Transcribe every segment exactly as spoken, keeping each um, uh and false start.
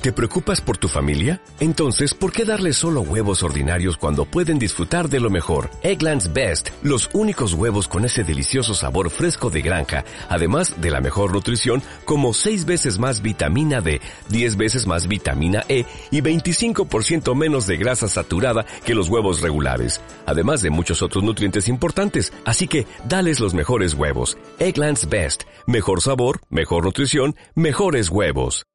¿Te preocupas por tu familia? Entonces, ¿por qué darles solo huevos ordinarios cuando pueden disfrutar de lo mejor? Eggland's Best, los únicos huevos con ese delicioso sabor fresco de granja, además de la mejor nutrición, como seis veces más vitamina D, diez veces más vitamina E y veinticinco por ciento menos de grasa saturada que los huevos regulares, además de muchos otros nutrientes importantes. Así que, dales los mejores huevos. Eggland's Best, mejor sabor, mejor nutrición, mejores huevos.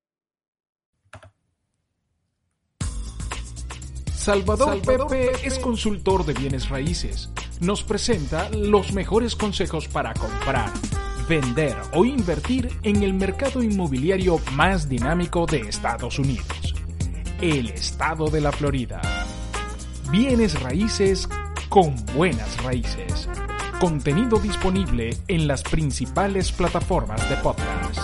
Salvador, Salvador Pepe, Pepe es consultor de bienes raíces. Nos presenta los mejores consejos para comprar, vender o invertir en el mercado inmobiliario más dinámico de Estados Unidos, el estado de la Florida. Bienes raíces con buenas raíces. Contenido disponible en las principales plataformas de podcast.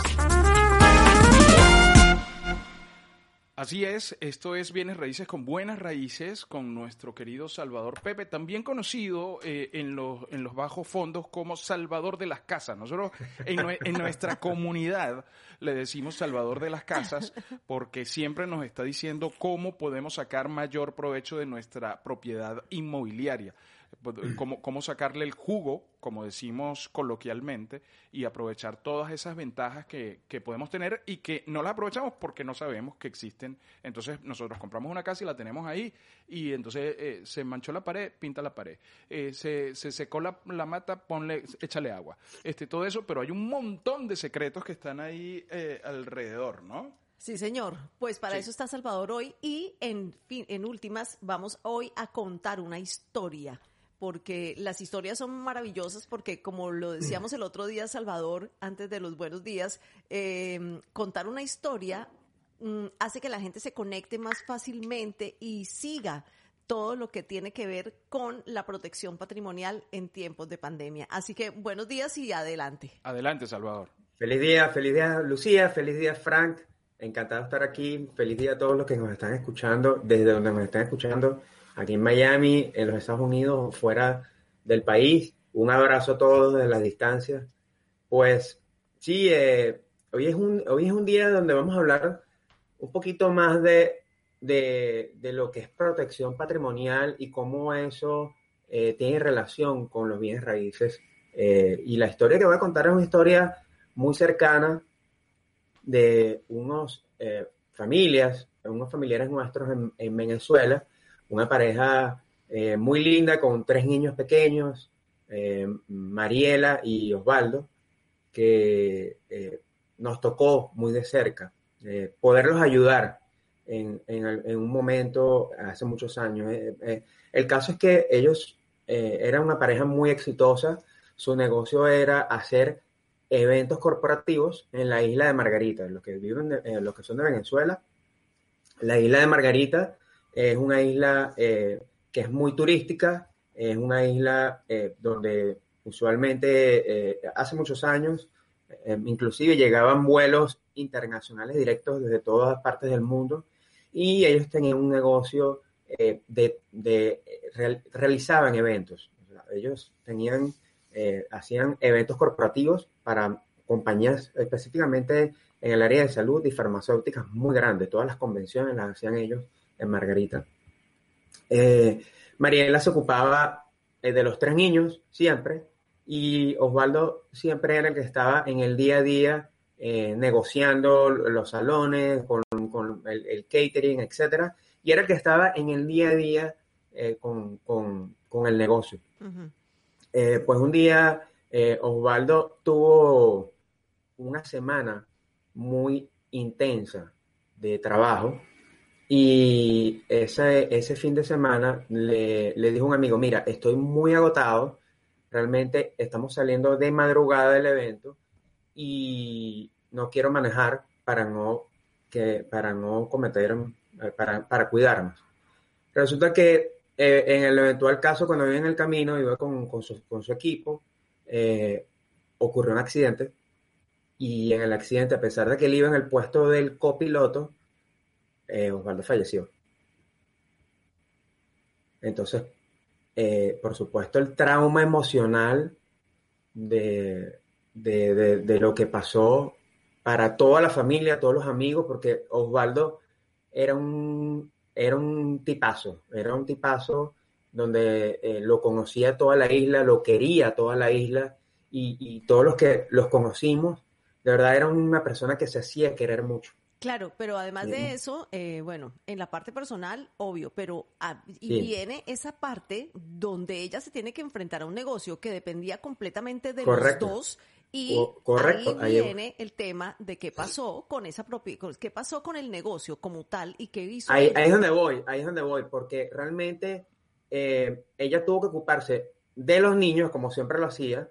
Así es, esto es Bienes Raíces con Buenas Raíces con nuestro querido Salvador Pepe, también conocido eh, en, los, en los bajos fondos como Salvador de las Casas. Nosotros en, en nuestra comunidad le decimos Salvador de las Casas porque siempre nos está diciendo cómo podemos sacar mayor provecho de nuestra propiedad inmobiliaria. Cómo, cómo sacarle el jugo, como decimos coloquialmente, y aprovechar todas esas ventajas que, que podemos tener y que no las aprovechamos porque no sabemos que existen. Entonces nosotros compramos una casa y la tenemos ahí y entonces eh, se manchó la pared, pinta la pared, eh, se, se secó la, la mata, ponle, échale agua, este, todo eso, pero hay un montón de secretos que están ahí eh, alrededor, ¿no? Sí, señor. Pues para Sí. eso está Salvador hoy y en fin, en últimas vamos hoy a contar una historia. Porque las historias son maravillosas porque, como lo decíamos el otro día, Salvador, antes de los buenos días, eh, contar una historia mm, hace que la gente se conecte más fácilmente y siga todo lo que tiene que ver con la protección patrimonial en tiempos de pandemia. Así que buenos días y adelante. Adelante, Salvador. Feliz día, feliz día Lucía, feliz día Frank, encantado de estar aquí, feliz día a todos los que nos están escuchando, desde donde nos están escuchando, aquí en Miami, en los Estados Unidos o fuera del país. Un abrazo a todos desde las distancias. Pues sí, eh, hoy, es un, hoy es un día donde vamos a hablar un poquito más de, de, de lo que es protección patrimonial y cómo eso eh, tiene relación con los bienes raíces. Eh, y la historia que voy a contar es una historia muy cercana de unos eh, familias, unos familiares nuestros en, en Venezuela, una pareja eh, muy linda con tres niños pequeños, eh, Mariela y Osvaldo, que eh, nos tocó muy de cerca eh, poderlos ayudar en, en, en un momento hace muchos años. Eh, eh, el caso es que ellos eh, eran una pareja muy exitosa, su negocio era hacer eventos corporativos en la isla de Margarita, los que viven, de, eh, los que son de Venezuela. La isla de Margarita es una isla eh, que es muy turística, es una isla eh, donde usualmente eh, hace muchos años eh, inclusive llegaban vuelos internacionales directos desde todas partes del mundo y ellos tenían un negocio eh, de, de real, realizaban eventos. O sea, ellos tenían, eh, hacían eventos corporativos para compañías específicamente en el área de salud y farmacéuticas muy grandes. Todas las convenciones las hacían ellos en Margarita. Eh, Mariela se ocupaba eh, de los tres niños siempre y Osvaldo siempre era el que estaba en el día a día eh, negociando los salones, con, con el, el catering, etcétera, y era el que estaba en el día a día eh, con, con, con el negocio. Uh-huh. Eh, pues un día eh, Osvaldo tuvo una semana muy intensa de trabajo y ese, ese fin de semana le, le dijo un amigo, mira, estoy muy agotado, realmente estamos saliendo de madrugada del evento y no quiero manejar para no, que, para no cometer, para, para cuidarnos. Resulta que eh, en el eventual caso, cuando iba en el camino, iba con, con, su, con su equipo, eh, ocurrió un accidente. Y en el accidente, a pesar de que él iba en el puesto del copiloto, eh, Osvaldo falleció. Entonces, eh, por supuesto, el trauma emocional de, de, de, de lo que pasó para toda la familia, todos los amigos, porque Osvaldo era un, era un tipazo, era un tipazo donde eh, lo conocía toda la isla, lo quería toda la isla, y, y todos los que los conocimos, de verdad era una persona que se hacía querer mucho. Claro, pero además Sí, de eso, eh, bueno, en la parte personal, obvio, pero ah, y sí, viene esa parte donde ella se tiene que enfrentar a un negocio que dependía completamente de los correcto, dos y co- ahí correcto, ahí, viene el tema de qué pasó con esa propiedad, qué pasó con el negocio como tal y qué hizo ahí, ahí ella. es donde voy, ahí es donde voy, porque realmente eh, ella tuvo que ocuparse de los niños, como siempre lo hacía,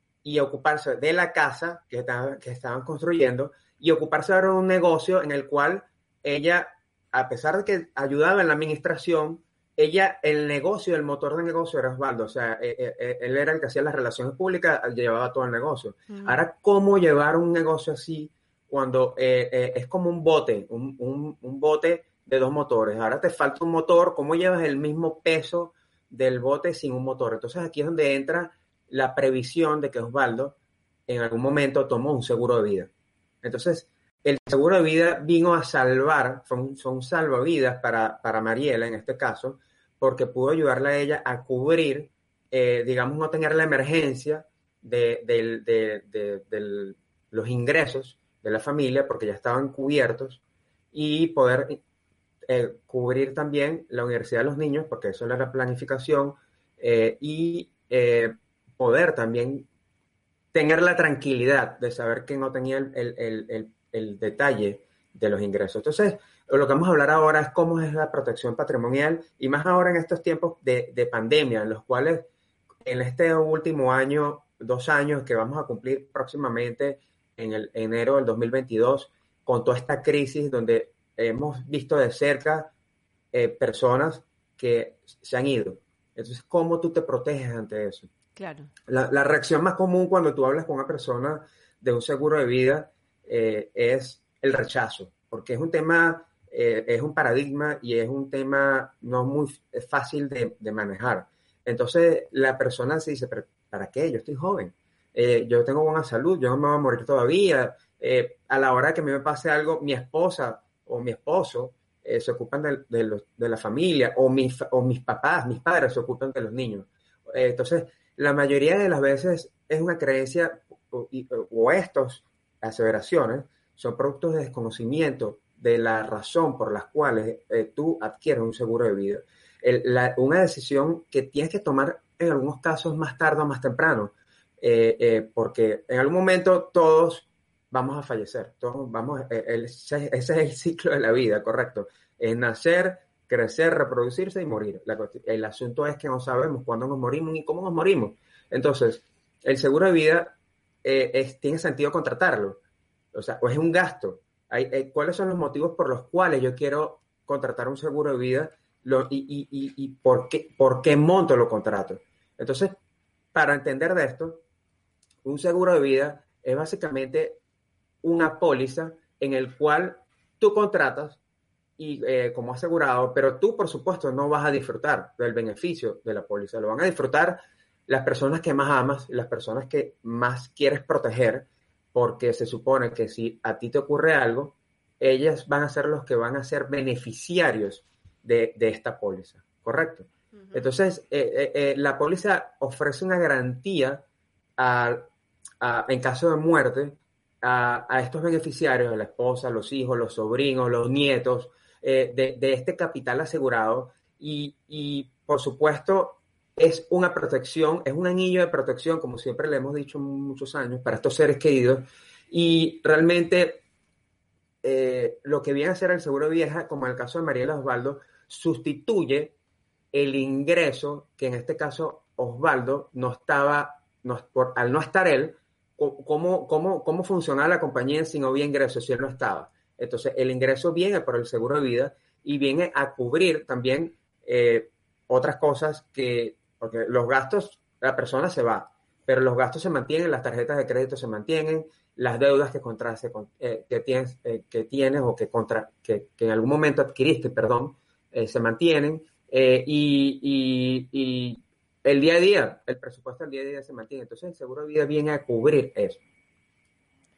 y ocuparse de la casa que, estaban, que estaban construyendo y ocuparse ahora de un negocio en el cual ella, a pesar de que ayudaba en la administración, ella, el negocio, el motor del negocio era Osvaldo, o sea, eh, eh, él era el que hacía las relaciones públicas, llevaba todo el negocio. Mm, Ahora, ¿cómo llevar un negocio así cuando eh, eh, es como un bote, un, un, un bote de dos motores? Ahora te falta un motor, ¿cómo llevas el mismo peso del bote sin un motor? Entonces aquí es donde entra la previsión de que Osvaldo en algún momento tomó un seguro de vida. Entonces, el seguro de vida vino a salvar, son, son salvavidas para, para Mariela en este caso, porque pudo ayudarle a ella a cubrir, eh, digamos, no tener la emergencia de, de, de, de, de los ingresos de la familia, porque ya estaban cubiertos, y poder eh, cubrir también la universidad de los niños, porque eso era la planificación, eh, y eh, poder también tener la tranquilidad de saber que no tenía el, el, el, el, el detalle de los ingresos. Entonces, lo que vamos a hablar ahora es cómo es la protección patrimonial, y más ahora en estos tiempos de, de pandemia, en los cuales en este último año, dos años que vamos a cumplir próximamente en el enero del dos mil veintidós, con toda esta crisis donde hemos visto de cerca eh, personas que se han ido. Entonces, ¿cómo tú te proteges ante eso? claro. La, la reacción más común cuando tú hablas con una persona de un seguro de vida eh, es el rechazo, porque es un tema, eh, es un paradigma y es un tema no muy fácil de, de manejar. Entonces la persona se dice, ¿pero para qué? Yo estoy joven, eh, yo tengo buena salud, yo no me voy a morir todavía. Eh, a la hora que a mí me pase algo, mi esposa o mi esposo eh, se ocupan de, de, los, de la familia, o, mi, o mis papás, mis padres se ocupan de los niños. Eh, entonces, la mayoría de las veces es una creencia o, o estos aseveraciones son productos de desconocimiento de la razón por las cuales eh, tú adquieres un seguro de vida. El, la, una decisión que tienes que tomar en algunos casos más tarde o más temprano, eh, eh, porque en algún momento todos vamos a fallecer, todos vamos, eh, el, ese es el ciclo de la vida, correcto, es nacer, crecer, reproducirse y morir. La, el asunto es que no sabemos cuándo nos morimos ni cómo nos morimos. Entonces, el seguro de vida eh, es, tiene sentido contratarlo. O sea, o es un gasto. Hay, eh, ¿Cuáles son los motivos por los cuales yo quiero contratar un seguro de vida lo, y, y, y, y por, qué, por qué monto lo contrato? Entonces, para entender de esto, un seguro de vida es básicamente una póliza en el cual tú contratas y eh, como asegurado, pero tú, por supuesto, no vas a disfrutar del beneficio de la póliza. Lo van a disfrutar las personas que más amas, las personas que más quieres proteger, porque se supone que si a ti te ocurre algo, ellas van a ser los que van a ser beneficiarios de, de esta póliza, ¿correcto? Ujú. Entonces, eh, eh, eh, la póliza ofrece una garantía a, a, en caso de muerte a, a estos beneficiarios, a la esposa, los hijos, los sobrinos, los nietos, eh, de, de este capital asegurado y, y, por supuesto, es una protección, es un anillo de protección, como siempre le hemos dicho muchos años, para estos seres queridos y realmente eh, lo que viene a ser el seguro de vida, como en el caso de Mariela Osvaldo, sustituye el ingreso que en este caso Osvaldo no estaba, no, por, al no estar él, ¿cómo, cómo, cómo funcionaba la compañía si no había ingresos, si él no estaba? Entonces, el ingreso viene por el seguro de vida y viene a cubrir también eh, otras cosas que, porque los gastos, la persona se va, pero los gastos se mantienen, las tarjetas de crédito se mantienen, las deudas que, contrase, eh, que, tienes, eh, que tienes o que, contra, que, que en algún momento adquiriste, perdón, eh, se mantienen eh, y, y, y el día a día, el presupuesto del día a día se mantiene. Entonces, el seguro de vida viene a cubrir eso.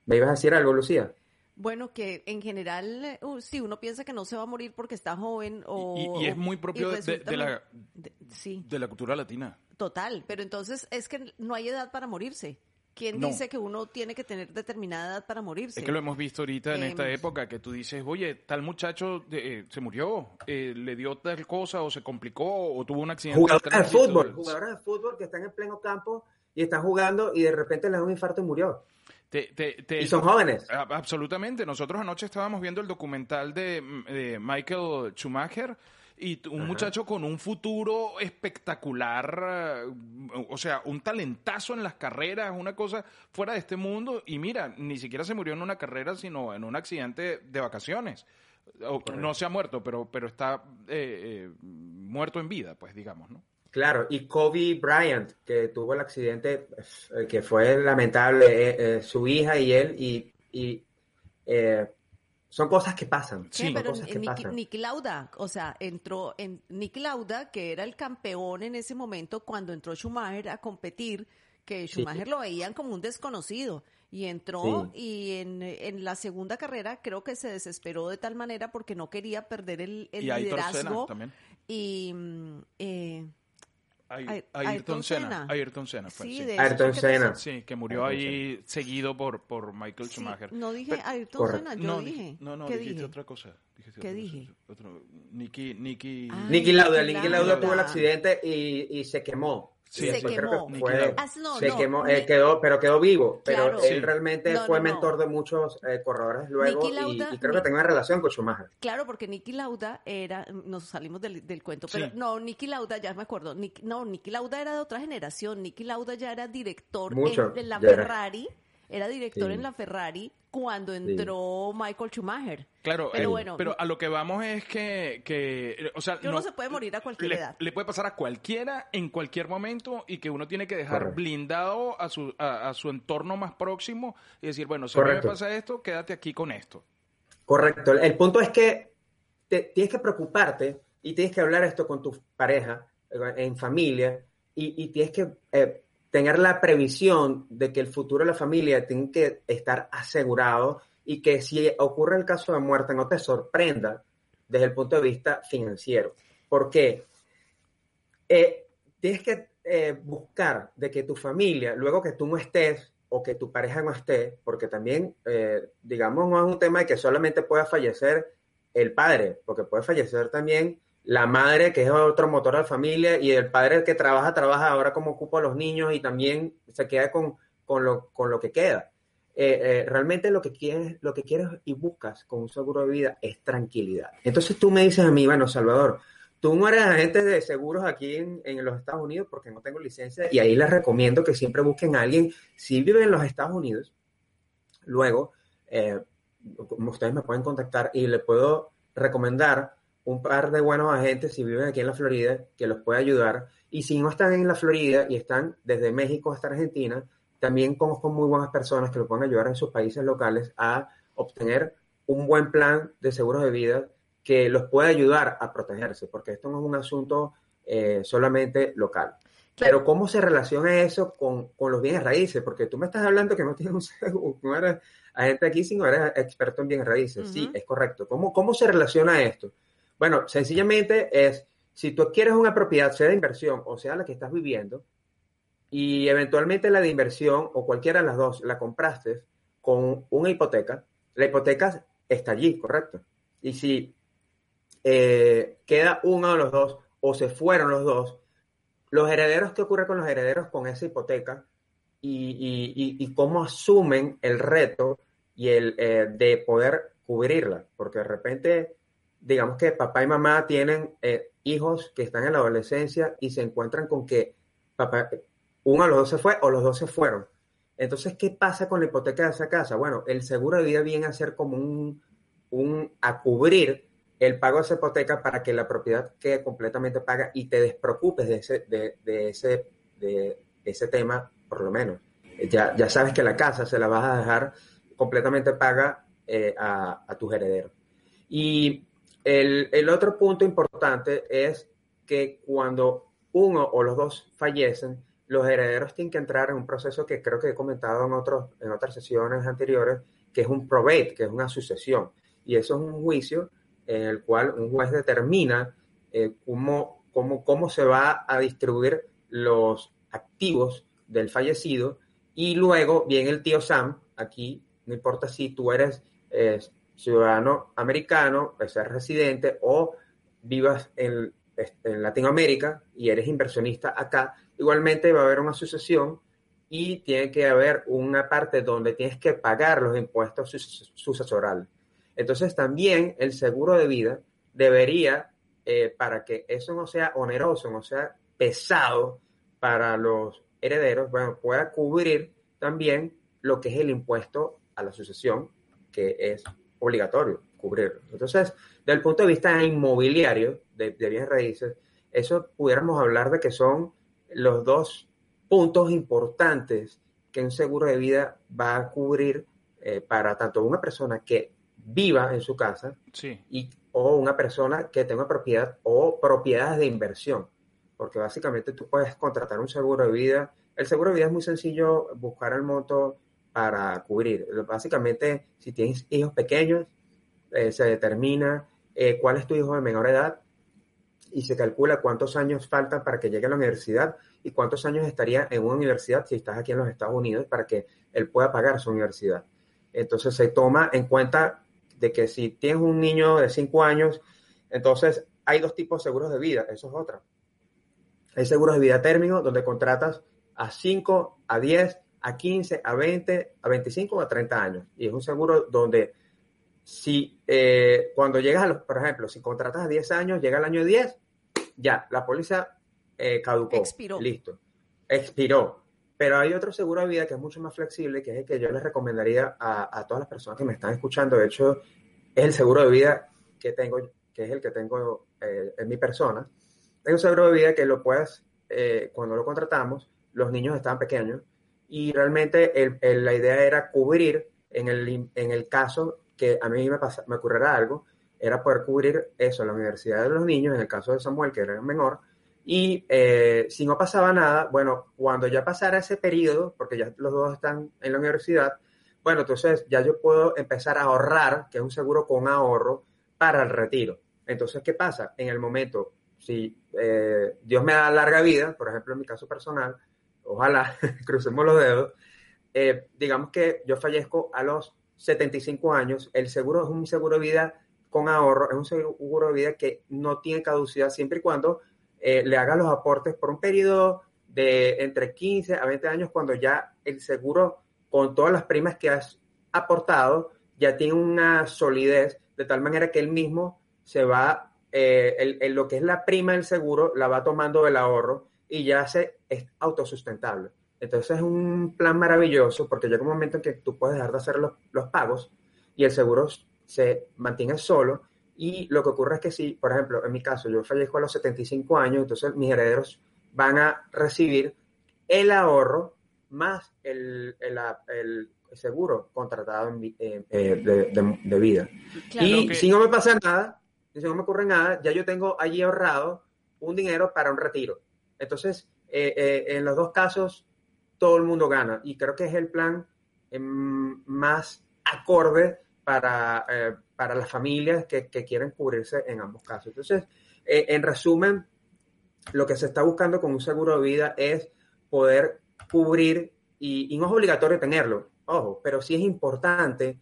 ¿Me ibas a decir algo, Lucía? Bueno, que en general, uh, sí, uno piensa que no se va a morir porque está joven o... Y, y es muy propio de, de, de, la, de, sí. de la cultura latina. Total, pero entonces es que no hay edad para morirse. ¿Quién no. dice que uno tiene que tener determinada edad para morirse? Es que lo hemos visto ahorita en eh, esta época, que tú dices, oye, tal muchacho eh, se murió, eh, le dio tal cosa, o se complicó, o tuvo un accidente. Jugadores de fútbol, jugadores de fútbol que están en pleno campo y están jugando y de repente les da un infarto y murió. Te, te, te, y son jóvenes. Absolutamente. Nosotros anoche estábamos viendo el documental de, de Michael Schumacher y un Ajá. muchacho con un futuro espectacular, o sea, un talentazo en las carreras, una cosa fuera de este mundo. Y mira, ni siquiera se murió en una carrera, sino en un accidente de vacaciones. O, no se ha muerto, pero, pero está eh, eh, muerto en vida, pues digamos, ¿no? Claro, y Kobe Bryant, que tuvo el accidente, que fue lamentable, eh, eh, su hija y él, y, y eh, son cosas que pasan. Sí, son pero cosas que Niki, pasan. Niki Lauda, o sea, entró en Niki Lauda, que era el campeón en ese momento cuando entró Schumacher a competir, que Schumacher sí. lo veían como un desconocido. Y entró sí. y en, en la segunda carrera creo que se desesperó de tal manera porque no quería perder el, el y liderazgo. También. Y... Eh, Ay, Ayrton Senna. Ayrton Senna fue, sí, sí. De Ayrton Senna. Sí, que murió Ayrton ahí Senna. seguido por, por Michael sí, Schumacher. No dije Pero, Ayrton Senna, yo no, dije. No, no, ¿Qué dijiste dije? otra cosa. Dijiste ¿Qué otra dije? Cosa, otro, Niki, Niki... Ah, Niki Lauda. Niki Niki Lauda tuvo el accidente y, y se quemó. Sí, se quemó. Fue, ah, no, se no, quemó, ni... eh, quedó, pero quedó vivo. Claro. Pero Sí. él realmente no, fue no, mentor no. de muchos eh, corredores luego Lauda, y, y creo Ni... que tenía una relación con Schumacher. Claro, porque Niki Lauda era, nos salimos del, del cuento, pero sí. no, Niki Lauda, ya me acuerdo, Niki, no, Niki Lauda era de otra generación, Niki Lauda ya era director Mucho, en, en la ya Ferrari, era, era director sí. en la Ferrari cuando entró sí. Michael Schumacher. Claro, pero eh, bueno, pero a lo que vamos es que, que o sea, que uno no, se puede morir a cualquier le, edad. Le puede pasar a cualquiera en cualquier momento y que uno tiene que dejar Correcto. blindado a su a, a su entorno más próximo y decir, bueno, si Correcto. a mí me pasa esto, quédate aquí con esto. Correcto. El punto es que te, tienes que preocuparte y tienes que hablar esto con tu pareja, en familia, y, y tienes que eh, tener la previsión de que el futuro de la familia tiene que estar asegurado y que si ocurre el caso de muerte no te sorprenda desde el punto de vista financiero. ¿Por qué? Eh, tienes que eh, buscar de que tu familia, luego que tú no estés o que tu pareja no esté, porque también, eh, digamos, no es un tema de que solamente pueda fallecer el padre, porque puede fallecer también la madre, que es otro motor de la familia, y el padre que trabaja, trabaja ahora como ocupa a los niños y también se queda con, con, lo, con lo que queda. Eh, eh, realmente lo que quieres, lo que quieres y buscas con un seguro de vida es tranquilidad. Entonces tú me dices a mí, bueno, Salvador, tú no eres agente de seguros aquí en, en los Estados Unidos porque no tengo licencia, y ahí les recomiendo que siempre busquen a alguien, si viven en los Estados Unidos, luego, eh, ustedes me pueden contactar y les puedo recomendar un par de buenos agentes si viven aquí en la Florida que los puede ayudar, y si no están en la Florida y están desde México hasta Argentina, también conozco muy buenas personas que lo pueden ayudar en sus países locales a obtener un buen plan de seguros de vida que los puede ayudar a protegerse, porque esto no es un asunto eh, solamente local. Claro. Pero ¿cómo se relaciona eso con, con los bienes raíces? Porque tú me estás hablando que no tienes un seguro, no eres agente aquí, sino eres experto en bienes raíces. Uh-huh. Sí, es correcto. ¿Cómo, ¿Cómo se relaciona esto? Bueno, sencillamente es, si tú quieres una propiedad, sea de inversión o sea la que estás viviendo, y eventualmente la de inversión o cualquiera de las dos la compraste con una hipoteca, la hipoteca está allí, ¿correcto? Y si eh, queda uno de los dos o se fueron los dos, los herederos, ¿qué ocurre con los herederos con esa hipoteca? Y, y, y, y cómo asumen el reto y el eh, de poder cubrirla, porque de repente, digamos que papá y mamá tienen eh, hijos que están en la adolescencia y se encuentran con que papá, uno de los dos se fue o los dos se fueron. Entonces, ¿qué pasa con la hipoteca de esa casa? Bueno, el seguro de vida viene a ser como un, un a cubrir el pago de esa hipoteca para que la propiedad quede completamente paga y te despreocupes de ese, de, de ese, de ese tema, por lo menos. Ya, ya sabes que la casa se la vas a dejar completamente paga eh, a, a tus herederos. Y el, el otro punto importante es que cuando uno o los dos fallecen, los herederos tienen que entrar en un proceso que creo que he comentado en, otros, en otras sesiones anteriores, que es un probate, que es una sucesión. Y eso es un juicio en el cual un juez determina eh, cómo, cómo, cómo se va a distribuir los activos del fallecido, y luego viene el tío Sam. Aquí no importa si tú eres eh, ciudadano americano, ser residente, o vivas en, en Latinoamérica y eres inversionista acá, igualmente va a haber una sucesión y tiene que haber una parte donde tienes que pagar los impuestos sucesorales. Entonces también el seguro de vida debería, eh, para que eso no sea oneroso, no sea pesado para los herederos, bueno, pueda cubrir también lo que es el impuesto a la sucesión, que es obligatorio cubrirlo. Entonces, desde el punto de vista inmobiliario, de, de bienes raíces, eso pudiéramos hablar de que son los dos puntos importantes que un seguro de vida va a cubrir eh, para tanto una persona que viva en su casa sí. y, o una persona que tenga propiedad o propiedades de inversión. Porque básicamente tú puedes contratar un seguro de vida. El seguro de vida es muy sencillo buscar el monto para cubrir. Básicamente, si tienes hijos pequeños, eh, se determina eh, cuál es tu hijo de menor edad y se calcula cuántos años faltan para que llegue a la universidad y cuántos años estaría en una universidad si estás aquí en los Estados Unidos para que él pueda pagar su universidad. Entonces se toma en cuenta de que si tienes un niño de cinco años, entonces hay dos tipos de seguros de vida, eso es otra. Hay seguros de vida término donde contratas a cinco, a diez, a quince, a veinte, a veinticinco o a treinta años. Y es un seguro donde si eh, cuando llegas a los, por ejemplo, si contratas a diez años, llega el año diez, ya, la póliza eh, caducó. Expiró. Listo. Expiró. Pero hay otro seguro de vida que es mucho más flexible, que es el que yo les recomendaría a, a todas las personas que me están escuchando. De hecho, es el seguro de vida que tengo, que es el que tengo eh, en mi persona. Es un seguro de vida que lo puedes, eh, cuando lo contratamos, los niños estaban pequeños y realmente el, el, la idea era cubrir en el, en el caso que a mí me, pasa, me ocurriera algo, era poder cubrir eso, la universidad de los niños, en el caso de Samuel, que era el menor, y eh, si no pasaba nada, bueno, cuando ya pasara ese periodo, porque ya los dos están en la universidad, bueno, entonces ya yo puedo empezar a ahorrar, que es un seguro con ahorro, para el retiro. Entonces, ¿qué pasa? En el momento, si eh, Dios me da larga vida, por ejemplo, en mi caso personal, ojalá, crucemos los dedos, eh, digamos que yo fallezco a los setenta y cinco años, el seguro es un seguro de vida con ahorro, es un seguro de vida que no tiene caducidad siempre y cuando eh, le haga los aportes por un periodo de entre quince a veinte años, cuando ya el seguro, con todas las primas que has aportado, ya tiene una solidez, de tal manera que él mismo se va, eh, el, el, lo que es la prima del seguro, la va tomando del ahorro y ya se, es autosustentable. Entonces es un plan maravilloso porque llega un momento en que tú puedes dejar de hacer los, los pagos y el seguro se mantiene solo. Y lo que ocurre es que si, por ejemplo, en mi caso, yo fallezco a los setenta y cinco años, entonces mis herederos van a recibir el ahorro más el, el, el seguro contratado en, eh, eh, de, de, de vida. Claro, y que... si no me pasa nada, si no me ocurre nada, ya yo tengo allí ahorrado un dinero para un retiro. Entonces, eh, eh, en los dos casos, todo el mundo gana. Y creo que es el plan eh, más acorde para, eh, para las familias que, que quieren cubrirse en ambos casos. Entonces, eh, en resumen, lo que se está buscando con un seguro de vida es poder cubrir, y, y no es obligatorio tenerlo, ojo, pero sí es importante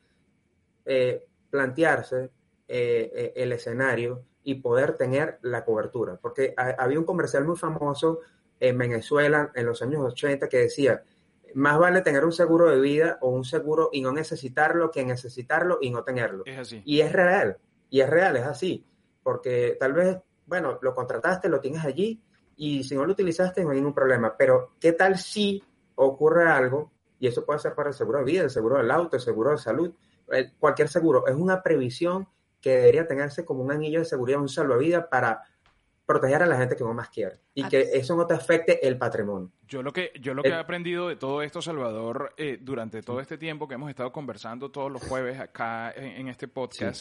eh, plantearse eh, eh, el escenario y poder tener la cobertura. Porque a, había un comercial muy famoso en Venezuela en los años ochenta que decía: más vale tener un seguro de vida o un seguro y no necesitarlo que necesitarlo y no tenerlo. Es así. Y es real, y es real, es así. Porque tal vez, bueno, lo contrataste, lo tienes allí, y si no lo utilizaste no hay ningún problema. Pero, ¿qué tal si ocurre algo? Y eso puede ser para el seguro de vida, el seguro del auto, el seguro de salud, cualquier seguro. Es una previsión que debería tenerse como un anillo de seguridad, un salvavidas para proteger a la gente que uno más quiere y que eso no te afecte el patrimonio. Yo lo que yo lo que he aprendido de todo esto, Salvador, eh, durante todo este tiempo que hemos estado conversando todos los jueves acá en, en este podcast, sí.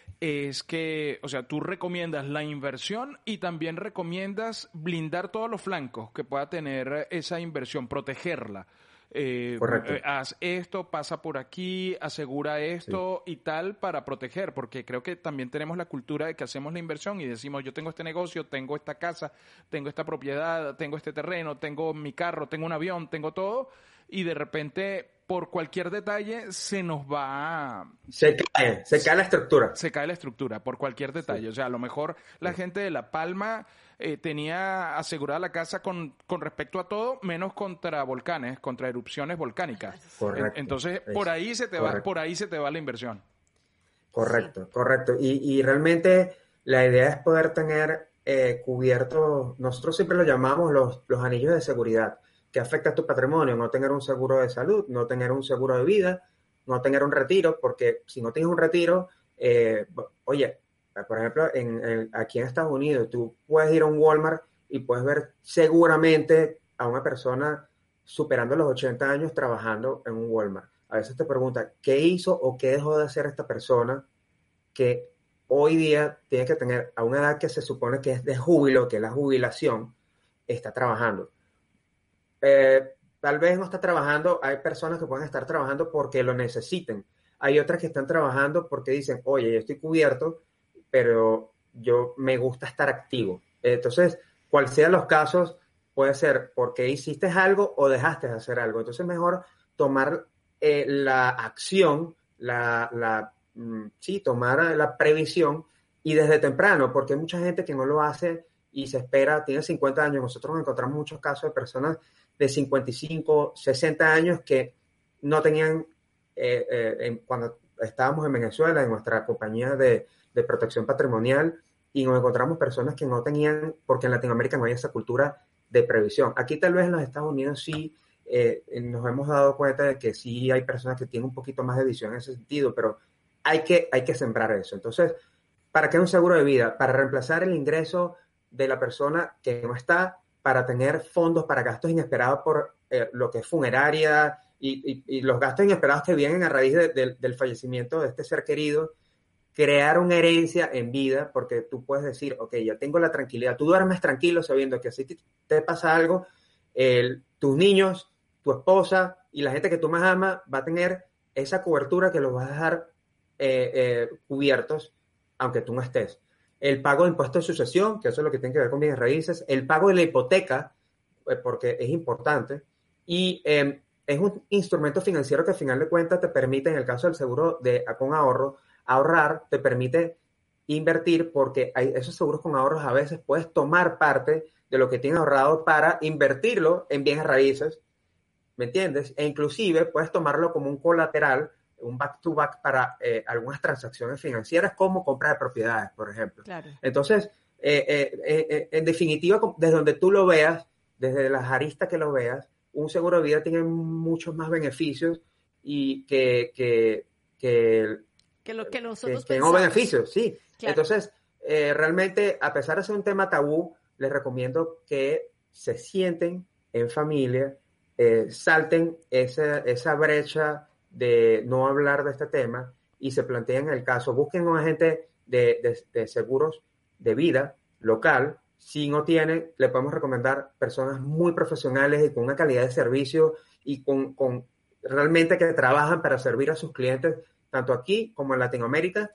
es que, o sea, tú recomiendas la inversión y también recomiendas blindar todos los flancos que pueda tener esa inversión, protegerla. Eh, Correcto. eh, haz esto, pasa por aquí, asegura esto Sí. y tal para proteger, porque creo que también tenemos la cultura de que hacemos la inversión y decimos, yo tengo este negocio, tengo esta casa, tengo esta propiedad, tengo este terreno, tengo mi carro, tengo un avión, tengo todo, y de repente por cualquier detalle se nos va, Se cae, se cae la estructura. se cae la estructura, por cualquier detalle. Sí. O sea, a lo mejor la Sí. gente de La Palma eh, tenía asegurada la casa con, con respecto a todo, menos contra volcanes, contra erupciones volcánicas. Correcto. En- Entonces, Es por ahí se te va, correcto. por ahí se te va la inversión. Correcto, correcto. Y, y realmente la idea es poder tener eh, cubiertos, nosotros siempre lo llamamos los, los anillos de seguridad, que afecta a tu patrimonio, no tener un seguro de salud, no tener un seguro de vida, no tener un retiro, porque si no tienes un retiro, eh, oye, por ejemplo, en, en, aquí en Estados Unidos, tú puedes ir a un Walmart y puedes ver seguramente a una persona superando los ochenta años trabajando en un Walmart. A veces te preguntan, ¿qué hizo o qué dejó de hacer esta persona que hoy día tiene que tener a una edad que se supone que es de júbilo, que es la jubilación, está trabajando? Eh, tal vez no está trabajando, hay personas que pueden estar trabajando porque lo necesiten. Hay otras que están trabajando porque dicen, oye, yo estoy cubierto, pero yo me gusta estar activo. Entonces, cual sean los casos, puede ser porque hiciste algo o dejaste de hacer algo. Entonces, mejor tomar eh, la acción, la, la, mm, sí, tomar la previsión y desde temprano, porque hay mucha gente que no lo hace y se espera, tiene cincuenta años. Nosotros nos encontramos muchos casos de personas de cincuenta y cinco, sesenta años que no tenían, eh, eh, en, cuando estábamos en Venezuela, en nuestra compañía de, de protección patrimonial, y nos encontramos personas que no tenían, porque en Latinoamérica no hay esa cultura de previsión. Aquí tal vez en los Estados Unidos sí eh, nos hemos dado cuenta de que sí hay personas que tienen un poquito más de visión en ese sentido, pero hay que, hay que sembrar eso. Entonces, ¿para qué un seguro de vida? Para reemplazar el ingreso de la persona que no está, para tener fondos para gastos inesperados por eh, lo que es funeraria y, y, y los gastos inesperados que vienen a raíz de, de, del fallecimiento de este ser querido, crear una herencia en vida, porque tú puedes decir, ok, ya tengo la tranquilidad, tú duermes tranquilo sabiendo que si te, te pasa algo, el, tus niños, tu esposa y la gente que tú más amas va a tener esa cobertura que los vas a dejar eh, eh, cubiertos, aunque tú no estés. El pago de impuestos de sucesión, que eso es lo que tiene que ver con bienes raíces, el pago de la hipoteca, eh, porque es importante, y eh, es un instrumento financiero que al final de cuentas te permite, en el caso del seguro de con ahorro, ahorrar, te permite invertir, porque hay esos seguros con ahorros a veces puedes tomar parte de lo que tienes ahorrado para invertirlo en bienes raíces, ¿me entiendes? E inclusive puedes tomarlo como un colateral, un back-to-back para eh, algunas transacciones financieras como compra de propiedades, por ejemplo. Claro. Entonces, eh, eh, eh, en definitiva, desde donde tú lo veas, desde las aristas que lo veas, un seguro de vida tiene muchos más beneficios y que, que, que, que lo que nosotros que, que pensamos. no beneficios, sí. Claro. Entonces, eh, realmente, a pesar de ser un tema tabú, les recomiendo que se sienten en familia, eh, salten esa, esa brecha de no hablar de este tema y se plantean el caso, busquen un agente de, de, de seguros de vida local. Si no tienen, le podemos recomendar personas muy profesionales y con una calidad de servicio y con, con realmente que trabajan para servir a sus clientes, tanto aquí como en Latinoamérica.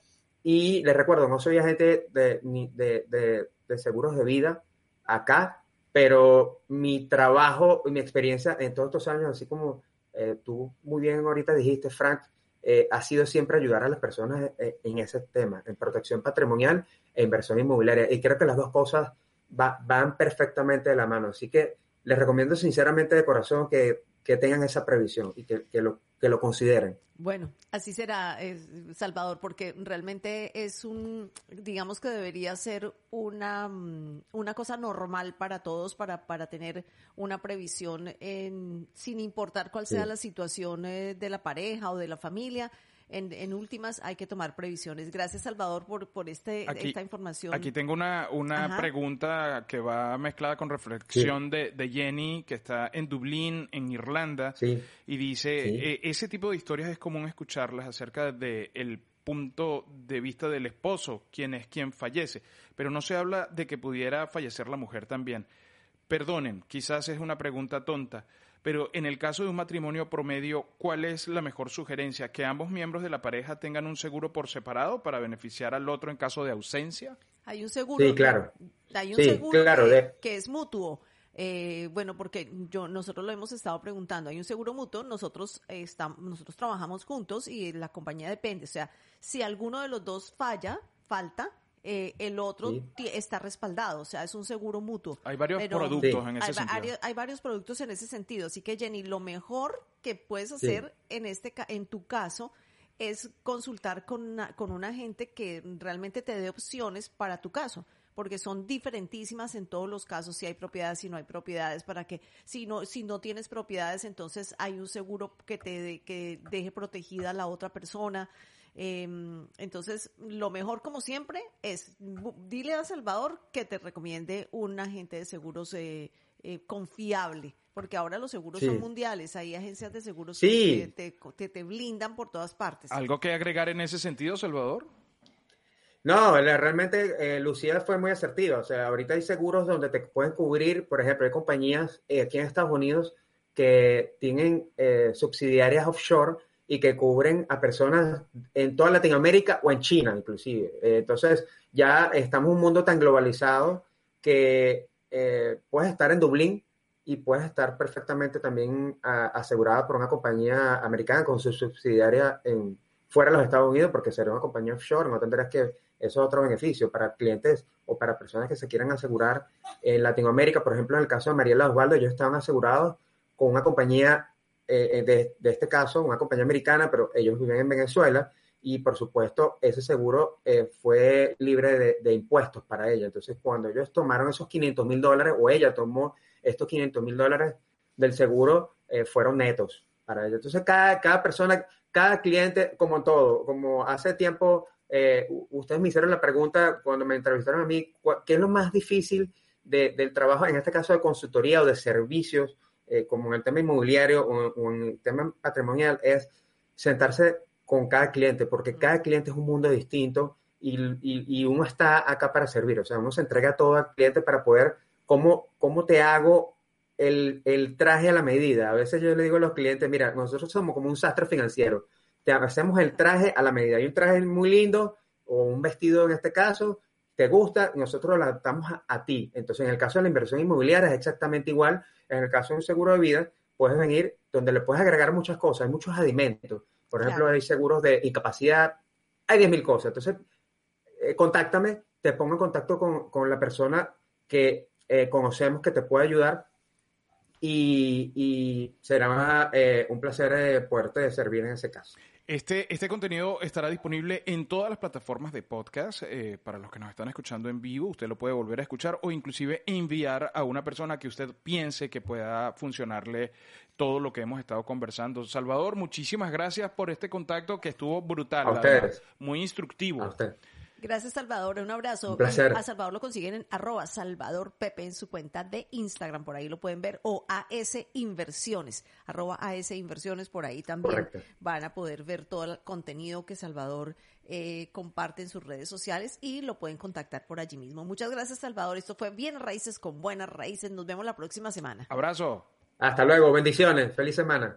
Y les recuerdo, no soy agente de, de, de, de seguros de vida acá, pero mi trabajo y mi experiencia en todos estos años, así como Eh, tú muy bien ahorita dijiste, Frank, eh, ha sido siempre ayudar a las personas eh, en ese tema, en protección patrimonial e inversión inmobiliaria. Y creo que las dos cosas va, van perfectamente de la mano. Así que les recomiendo sinceramente de corazón que, que tengan esa previsión y que, que, lo, que lo consideren. Bueno, así será, eh, Salvador, porque realmente es un, digamos que debería ser una, una cosa normal para todos, para, para tener una previsión en, sin importar cuál sea sí. la situación eh, de la pareja o de la familia. En, en últimas hay que tomar previsiones. Gracias, Salvador, por, por este, aquí, esta información. Aquí tengo una, una pregunta que va mezclada con reflexión sí. de, de Jenny, que está en Dublín, en Irlanda, sí. y dice, sí. eh, ese tipo de historias es común escucharlas acerca de el punto de vista del esposo, quien es quien fallece, pero no se habla de que pudiera fallecer la mujer también. Perdonen, quizás es una pregunta tonta, pero en el caso de un matrimonio promedio, ¿cuál es la mejor sugerencia? ¿Que ambos miembros de la pareja tengan un seguro por separado para beneficiar al otro en caso de ausencia? Hay un seguro, Sí, claro. hay un Sí, seguro claro, que, de- que es mutuo. Eh, bueno, porque yo nosotros lo hemos estado preguntando. Hay un seguro mutuo, nosotros eh, estamos, nosotros trabajamos juntos y la compañía depende. O sea, si alguno de los dos falla, falta, eh, el otro Sí. ti- está respaldado. O sea, es un seguro mutuo. Hay varios Pero productos Sí. en ese hay, va- sentido. hay- hay varios productos en ese sentido. Así que, Jenny, lo mejor que puedes hacer en este ca- en tu caso es consultar con una, con un agente que realmente te dé opciones para tu caso, porque son diferentísimas en todos los casos, si hay propiedades, si no hay propiedades, para que si no si no tienes propiedades, entonces hay un seguro que te de- que deje protegida a la otra persona. Eh, entonces, lo mejor, como siempre, es bu- dile a Salvador que te recomiende un agente de seguros eh, eh, confiable, porque ahora los seguros Sí. son mundiales, hay agencias de seguros Sí. que te, te, te blindan por todas partes. ¿Algo que agregar en ese sentido, Salvador? No, la- realmente eh, Lucía fue muy asertiva. O sea, ahorita hay seguros donde te pueden cubrir, por ejemplo, hay compañías eh, aquí en Estados Unidos que tienen eh, subsidiarias offshore y que cubren a personas en toda Latinoamérica o en China, inclusive. Eh, entonces, ya estamos en un mundo tan globalizado que eh, puedes estar en Dublín y puedes estar perfectamente también a, asegurada por una compañía americana con su subsidiaria en, fuera de los Estados Unidos, porque será una compañía offshore, no tendrás que, eso es otro beneficio para clientes o para personas que se quieran asegurar en Latinoamérica. Por ejemplo, en el caso de Mariela Osvaldo, ellos estaban asegurados con una compañía, eh, de, de este caso, una compañía americana, pero ellos viven en Venezuela y, por supuesto, ese seguro eh, fue libre de, de impuestos para ella. Entonces, cuando ellos tomaron esos quinientos mil dólares, o ella tomó estos quinientos mil dólares del seguro, eh, fueron netos para ella. Entonces, cada, cada persona, cada cliente, como en todo, como hace tiempo, eh, ustedes me hicieron la pregunta cuando me entrevistaron a mí, ¿qué es lo más difícil de, del trabajo, en este caso de consultoría o de servicios, eh, como en el tema inmobiliario o, o en el tema patrimonial? Es sentarse con cada cliente, porque cada cliente es un mundo distinto y, y, y uno está acá para servir. O sea, uno se entrega todo al cliente para poder, ¿cómo, cómo te hago el, el traje a la medida? A veces yo le digo a los clientes, mira, nosotros somos como un sastre financiero. Te hacemos el traje a la medida. Hay un traje muy lindo, o un vestido en este caso, te gusta, nosotros lo adaptamos a, a ti. Entonces, en el caso de la inversión inmobiliaria es exactamente igual. En el caso de un seguro de vida, puedes venir donde le puedes agregar muchas cosas, hay muchos alimentos. Por ejemplo, Claro. hay seguros de incapacidad, hay diez mil cosas. Entonces, eh, contáctame, te pongo en contacto con, con la persona que eh, conocemos que te puede ayudar y, y será eh, un placer eh, poderte servir en ese caso. Este, este contenido estará disponible en todas las plataformas de podcast. Eh, para los que nos están escuchando en vivo, usted lo puede volver a escuchar o inclusive enviar a una persona que usted piense que pueda funcionarle todo lo que hemos estado conversando. Salvador, muchísimas gracias por este contacto que estuvo brutal. A la ustedes. verdad. Muy instructivo. A usted. Gracias, Salvador. Un abrazo. Un placer. Y a Salvador lo consiguen en arroba Salvador Pepe en su cuenta de Instagram. Por ahí lo pueden ver. O A S Inversiones. Arroba A S Inversiones. Por ahí también Correcto. van a poder ver todo el contenido que Salvador eh, comparte en sus redes sociales y lo pueden contactar por allí mismo. Muchas gracias, Salvador. Esto fue Bienes Raíces con Buenas Raíces. Nos vemos la próxima semana. Abrazo. Hasta luego, bendiciones, feliz semana.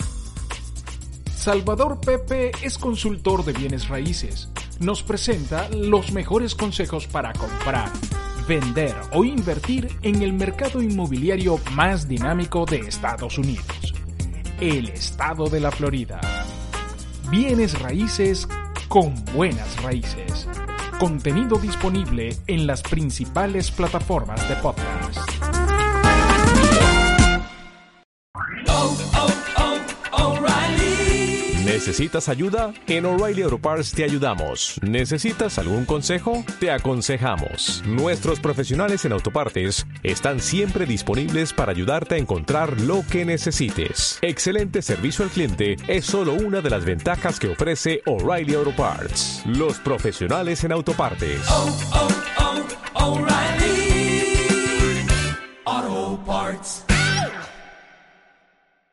Salvador Pepe es consultor de bienes raíces. Nos presenta los mejores consejos para comprar, vender o invertir en el mercado inmobiliario más dinámico de Estados Unidos, el estado de la Florida. Bienes raíces con buenas raíces. Contenido disponible en las principales plataformas de podcast. ¿Necesitas ayuda? En O'Reilly Auto Parts te ayudamos. ¿Necesitas algún consejo? Te aconsejamos. Nuestros profesionales en autopartes están siempre disponibles para ayudarte a encontrar lo que necesites. Excelente servicio al cliente es solo una de las ventajas que ofrece O'Reilly Auto Parts. Los profesionales en autopartes. oh, oh, oh, O'Reilly Auto Parts.